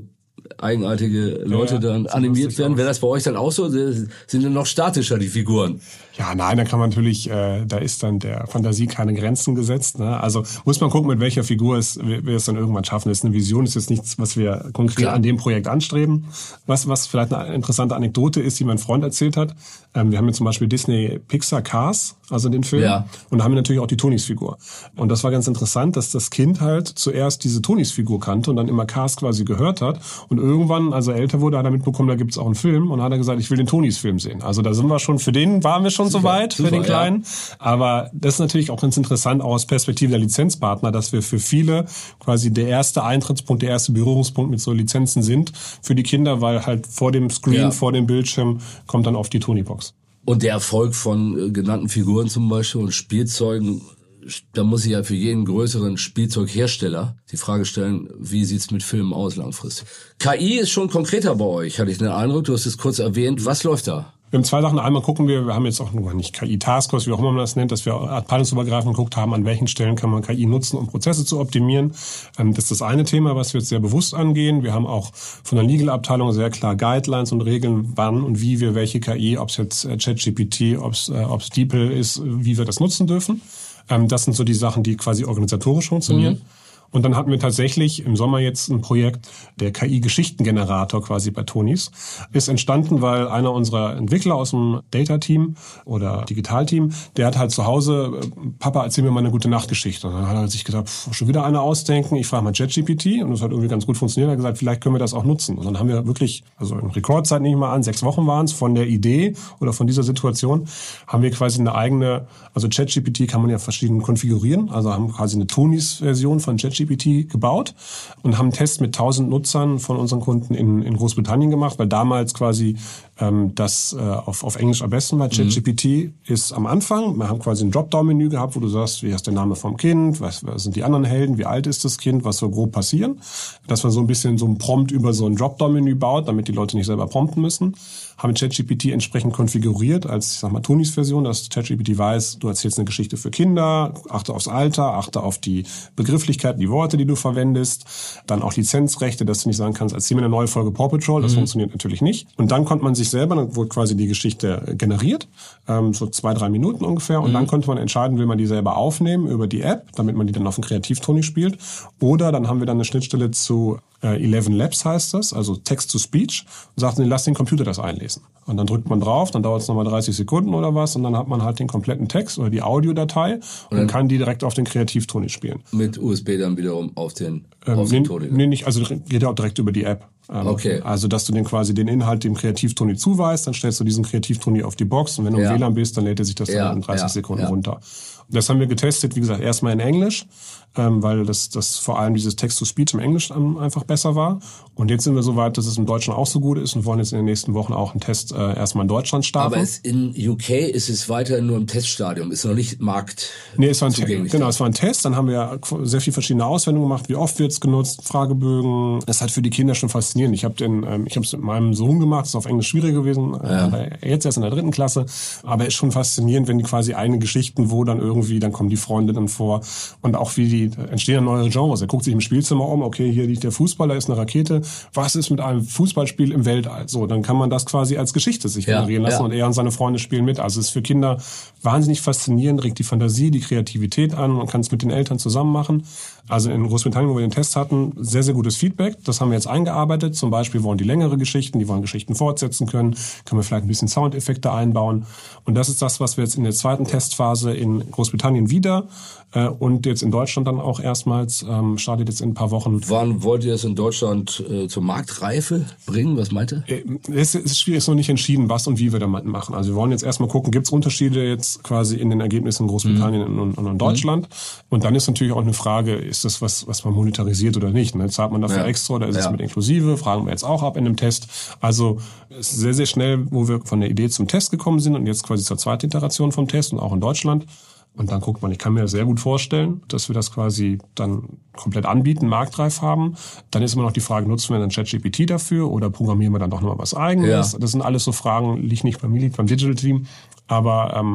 eigenartige Leute ja, dann animiert werden. Wäre das bei euch dann auch so? Sind denn noch statischer, die Figuren? Ja, nein, da kann man natürlich, äh, da ist dann der Fantasie keine Grenzen gesetzt. Ne? Also muss man gucken, mit welcher Figur es, wir, wir es dann irgendwann schaffen. Das ist eine Vision, das ist jetzt nichts, was wir konkret Klar. an dem Projekt anstreben. Was, was vielleicht eine interessante Anekdote ist, die mein Freund erzählt hat. Ähm, wir haben jetzt zum Beispiel Disney Pixar Cars, also den Film. Ja. Und da haben wir natürlich auch die Tonis-Figur. Und das war ganz interessant, dass das Kind halt zuerst diese Tonis-Figur kannte und dann immer Cars quasi gehört hat. Und irgendwann, als er älter wurde, hat er mitbekommen, da gibt's auch einen Film. Und dann hat er gesagt, ich will den Tonis-Film sehen. Also da sind wir schon, für den waren wir schon soweit, für den Kleinen. Ja. Aber das ist natürlich auch ganz interessant, auch aus Perspektive der Lizenzpartner, dass wir für viele quasi der erste Eintrittspunkt, der erste Berührungspunkt mit so Lizenzen sind für die Kinder, weil halt vor dem Screen, ja. vor dem Bildschirm kommt dann oft die Tony-Box. Und der Erfolg von äh, genannten Figuren zum Beispiel und Spielzeugen, da muss ich ja für jeden größeren Spielzeughersteller die Frage stellen, wie sieht's mit Filmen aus langfristig? K I ist schon konkreter bei euch, hatte ich den Eindruck. Du hast es kurz erwähnt. Was läuft da? Wir haben zwei Sachen. Einmal gucken wir, wir haben jetzt auch noch nicht K I-Taskforce, wie auch immer man das nennt, dass wir abteilungsübergreifend geguckt haben, an welchen Stellen kann man K I nutzen, um Prozesse zu optimieren. Das ist das eine Thema, was wir jetzt sehr bewusst angehen. Wir haben auch von der Legal-Abteilung sehr klar Guidelines und Regeln, wann und wie wir welche K I, ob es jetzt ChatGPT, ob es ob es DeepL ist, wie wir das nutzen dürfen. Das sind so die Sachen, die quasi organisatorisch funktionieren. Mhm. Und dann hatten wir tatsächlich im Sommer jetzt ein Projekt, der K I-Geschichtengenerator quasi bei Tonis, ist entstanden, weil einer unserer Entwickler aus dem Data-Team oder Digital-Team, der hat halt zu Hause, Papa, erzähl mir mal eine gute Nachtgeschichte. Und dann hat er sich gedacht, pff, schon wieder eine ausdenken, ich frage mal ChatGPT, und das hat irgendwie ganz gut funktioniert. Er hat gesagt, vielleicht können wir das auch nutzen. Und dann haben wir wirklich, also in Rekordzeit nehme ich mal an, sechs Wochen waren es, von der Idee oder von dieser Situation, haben wir quasi eine eigene, also ChatGPT kann man ja verschieden konfigurieren, also haben quasi eine Tonis-Version von ChatGPT gebaut und haben einen Test mit tausend Nutzern von unseren Kunden in, in Großbritannien gemacht, weil damals quasi ähm, das äh, auf, auf Englisch am besten war. ChatGPT mhm. ist am Anfang, wir haben quasi ein Dropdown-Menü gehabt, wo du sagst, wie heißt der Name vom Kind, was, was sind die anderen Helden, wie alt ist das Kind, was soll grob passieren. Dass man so ein bisschen so ein Prompt über so ein Dropdown-Menü baut, damit die Leute nicht selber prompten müssen. Haben ChatGPT entsprechend konfiguriert als, ich sag mal, Tonis-Version, dass ChatGPT weiß, du erzählst eine Geschichte für Kinder, achte aufs Alter, achte auf die Begrifflichkeiten, die Worte, die du verwendest, dann auch Lizenzrechte, dass du nicht sagen kannst, erzähl mir eine neue Folge Paw Patrol, das mhm. funktioniert natürlich nicht. Und dann konnte man sich selber, dann wurde quasi die Geschichte generiert, ähm, so zwei, drei Minuten ungefähr, und mhm. dann konnte man entscheiden, will man die selber aufnehmen über die App, damit man die dann auf dem Kreativ-Toni spielt, oder dann haben wir dann eine Schnittstelle zu äh, Eleven Labs heißt das, also Text-to-Speech, und sagten, lass den Computer das einlesen. Und dann drückt man drauf, dann dauert es nochmal dreißig Sekunden oder was, und dann hat man halt den kompletten Text oder die Audiodatei und, und kann die direkt auf den Kreativ-Toni spielen. Mit U S B dann wiederum auf den, ähm, auf nee, den Toni? Nee, nicht, also geht ja auch direkt über die App. Ähm, okay. Also, dass du den quasi den Inhalt dem Kreativ-Toni zuweist, dann stellst du diesen Kreativ-Toni auf die Box, und wenn du ja. im W L A N bist, dann lädt er sich das ja. dann in dreißig ja. Sekunden ja. runter. Das haben wir getestet, wie gesagt, erstmal in Englisch, ähm, weil das, das vor allem dieses Text-to-Speech im Englisch ähm, einfach besser war. Und jetzt sind wir so weit, dass es im Deutschen auch so gut ist und wollen jetzt in den nächsten Wochen auch einen Test äh, erstmal in Deutschland starten. Aber es in U K ist es weiterhin nur im Teststadium, ist noch nicht Markt Nee, es war ein Test. Genau, es war ein Test. Dann haben wir sehr viel verschiedene Auswertungen gemacht. Wie oft wird's genutzt? Fragebögen. Das ist halt für die Kinder schon faszinierend. Ich habe den, ähm, ich habe es mit meinem Sohn gemacht. Das ist auf Englisch schwieriger gewesen. Ja. Äh, jetzt erst in der dritten Klasse. Aber es ist schon faszinierend, wenn die quasi eigene Geschichten, wo dann irgendwie, dann kommen die Freunde dann vor. Und auch wie die, entstehen dann neue Genres. Er guckt sich im Spielzimmer um. Okay, hier liegt der Fußball, da ist eine Rakete. Was ist mit einem Fußballspiel im Weltall? So, dann kann man das quasi als Geschichte sich ja, generieren lassen. Ja. Und er und seine Freunde spielen mit. Also es ist für Kinder wahnsinnig faszinierend, regt die Fantasie, die Kreativität an. Man kann es mit den Eltern zusammen machen. Also in Großbritannien, wo wir den Test hatten, sehr, sehr gutes Feedback. Das haben wir jetzt eingearbeitet. Zum Beispiel wollen die längere Geschichten, die wollen Geschichten fortsetzen können. Können wir vielleicht ein bisschen Soundeffekte einbauen. Und das ist das, was wir jetzt in der zweiten Testphase in Großbritannien wieder äh, und jetzt in Deutschland dann auch erstmals, ähm, startet jetzt in ein paar Wochen. Wann wollt ihr es in Deutschland äh, zur Marktreife bringen? Was meint ihr? Äh, es ist schwierig, es ist noch nicht entschieden, was und wie wir damit machen. Also wir wollen jetzt erstmal gucken, gibt es Unterschiede jetzt quasi in den Ergebnissen in Großbritannien mhm. und, und in Deutschland. Mhm. Und dann ist natürlich auch eine Frage, ist das was, was man monetarisiert oder nicht? Ne? Zahlt man dafür ja. extra oder ist ja. es mit inklusive? Fragen wir jetzt auch ab in dem Test. Also es ist sehr, sehr schnell, wo wir von der Idee zum Test gekommen sind und jetzt quasi zur zweiten Iteration vom Test und auch in Deutschland. Und dann guckt man, ich kann mir sehr gut vorstellen, dass wir das quasi dann komplett anbieten, marktreif haben. Dann ist immer noch die Frage, nutzen wir dann ChatGPT dafür oder programmieren wir dann doch nochmal was Eigenes? Ja. Das sind alles so Fragen, liegt nicht bei mir, liegt beim Digital Team. Aber ähm,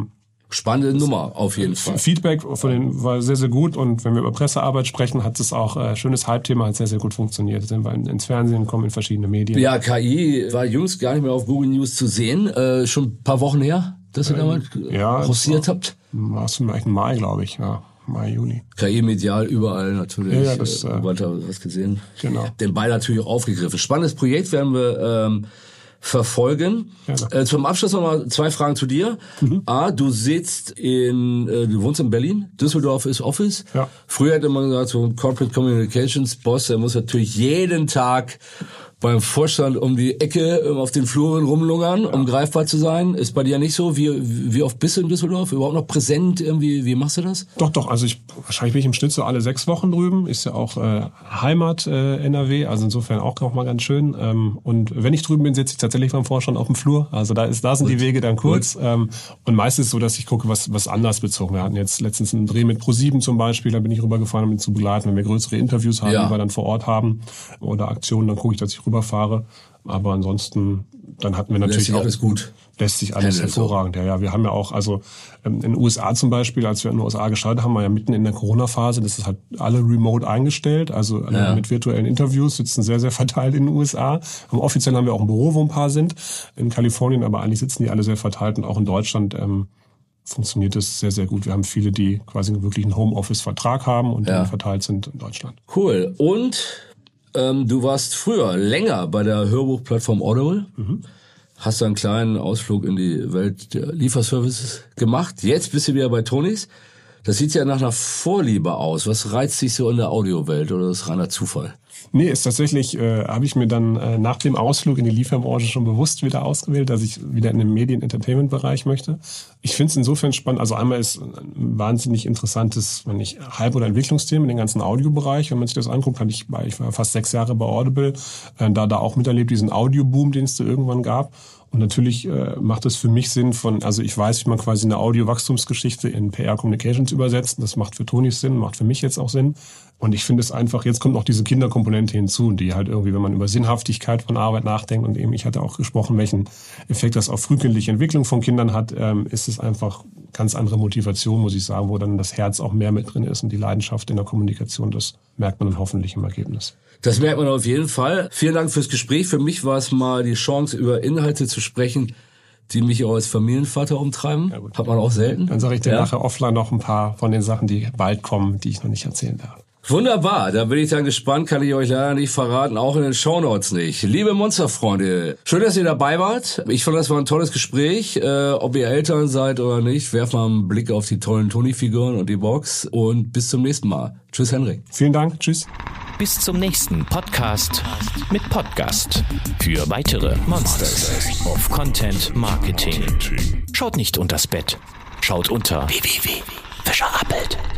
Spannende Nummer, auf jeden Fall. Feedback von den war sehr, sehr gut und wenn wir über Pressearbeit sprechen, hat es auch äh, schönes Hype-Thema, hat sehr, sehr gut funktioniert. Sind wir ins Fernsehen gekommen, in verschiedene Medien. Ja, K I war jüngst gar nicht mehr auf Google News zu sehen, äh, schon ein paar Wochen her, dass ihr äh, damals ja, forciert habt. War es vielleicht im Mai, glaube ich, ja. Mai, Juni. K I medial überall natürlich. Ja, ja, das, äh, weiter was gesehen. Genau. Den Ball natürlich auch aufgegriffen. Spannendes Projekt werden wir ähm, verfolgen. Äh, zum Abschluss nochmal zwei Fragen zu dir. Mhm. A, du sitzt in, äh, du wohnst in Berlin. Düsseldorf ist Office. Ja. Früher hätte man gesagt, so ein Corporate Communications Boss, der muss natürlich jeden Tag beim Vorstand um die Ecke auf den Fluren rumlungern, um greifbar zu sein. Ist bei dir nicht so? Wie, wie oft bist du in Düsseldorf? Überhaupt noch präsent irgendwie? Wie machst du das? Doch, doch. Also ich, wahrscheinlich bin ich im Schnitt so alle sechs Wochen drüben. Ist ja auch äh, Heimat äh, N R W, also insofern auch noch mal ganz schön. Ähm, und wenn ich drüben bin, sitze ich tatsächlich beim Vorstand auf dem Flur. Also da ist, da sind Gut. die Wege dann kurz. Ähm, und meistens so, dass ich gucke, was was anders bezogen. Wir hatten jetzt letztens einen Dreh mit ProSieben zum Beispiel. Da bin ich rübergefahren, um ihn zu begleiten. Wenn wir größere Interviews haben, ja. die wir dann vor Ort haben oder Aktionen, dann gucke ich, dass ich rüberfahre. Aber ansonsten, dann hatten wir natürlich lässt sich auch, alles gut. Lässt sich alles hervorragend. Ja, ja, wir haben ja auch, also in den U S A zum Beispiel, als wir in den U S A gestartet haben, war ja mitten in der Corona-Phase, das ist halt alle remote eingestellt, also ja. mit virtuellen Interviews, sitzen sehr, sehr verteilt in den U S A. Aber offiziell haben wir auch ein Büro, wo ein paar sind, in Kalifornien, aber eigentlich sitzen die alle sehr verteilt und auch in Deutschland ähm, funktioniert das sehr, sehr gut. Wir haben viele, die quasi wirklich einen Homeoffice-Vertrag haben und ja. dann verteilt sind in Deutschland. Cool. Und Ähm, du warst früher länger bei der Hörbuchplattform Audible, mhm. hast einen kleinen Ausflug in die Welt der Lieferservices gemacht. Jetzt bist du wieder bei Tonys. Das sieht ja nach einer Vorliebe aus. Was reizt dich so in der Audiowelt oder ist das reiner Zufall? Nee, ist tatsächlich, äh, habe ich mir dann äh, nach dem Ausflug in die Lieferbranche schon bewusst wieder ausgewählt, dass ich wieder in den Medien-Entertainment-Bereich möchte. Ich finde es insofern spannend, also einmal ist ein wahnsinnig interessantes, wenn nicht Hype- oder Entwicklungsthemen in den ganzen Audiobereich. Wenn man sich das anguckt, hatte ich, bei, ich war fast sechs Jahre bei Audible, äh, da da auch miterlebt, diesen Audioboom, den es da irgendwann gab. Und natürlich äh, macht es für mich Sinn von, also ich weiß, wie man quasi eine Audio-Wachstumsgeschichte in P R Communications übersetzt. Das macht für Tonys Sinn, macht für mich jetzt auch Sinn. Und ich finde es einfach, jetzt kommt noch diese Kinderkomponente hinzu, die halt irgendwie, wenn man über Sinnhaftigkeit von Arbeit nachdenkt und eben, ich hatte auch gesprochen, welchen Effekt das auf frühkindliche Entwicklung von Kindern hat, ähm, ist es einfach ganz andere Motivation, muss ich sagen, wo dann das Herz auch mehr mit drin ist und die Leidenschaft in der Kommunikation, das merkt man dann hoffentlich im Ergebnis. Das merkt man auf jeden Fall. Vielen Dank fürs Gespräch. Für mich war es mal die Chance, über Inhalte zu sprechen, die mich auch als Familienvater umtreiben. Ja, hat man auch selten. Dann sage ich dir ja. nachher offline noch ein paar von den Sachen, die bald kommen, die ich noch nicht erzählen darf. Wunderbar, da bin ich dann gespannt, kann ich euch leider nicht verraten, auch in den Shownotes nicht. Liebe Monsterfreunde, schön, dass ihr dabei wart. Ich fand, das war ein tolles Gespräch. Äh, ob ihr Eltern seid oder nicht, werft mal einen Blick auf die tollen Toni-Figuren und die Box und bis zum nächsten Mal. Tschüss, Henrik. Vielen Dank, tschüss. Bis zum nächsten Podcast mit Podcast. Für weitere Monsters of Content Marketing. Schaut nicht unters Bett, schaut unter w w w punkt fischer appelt.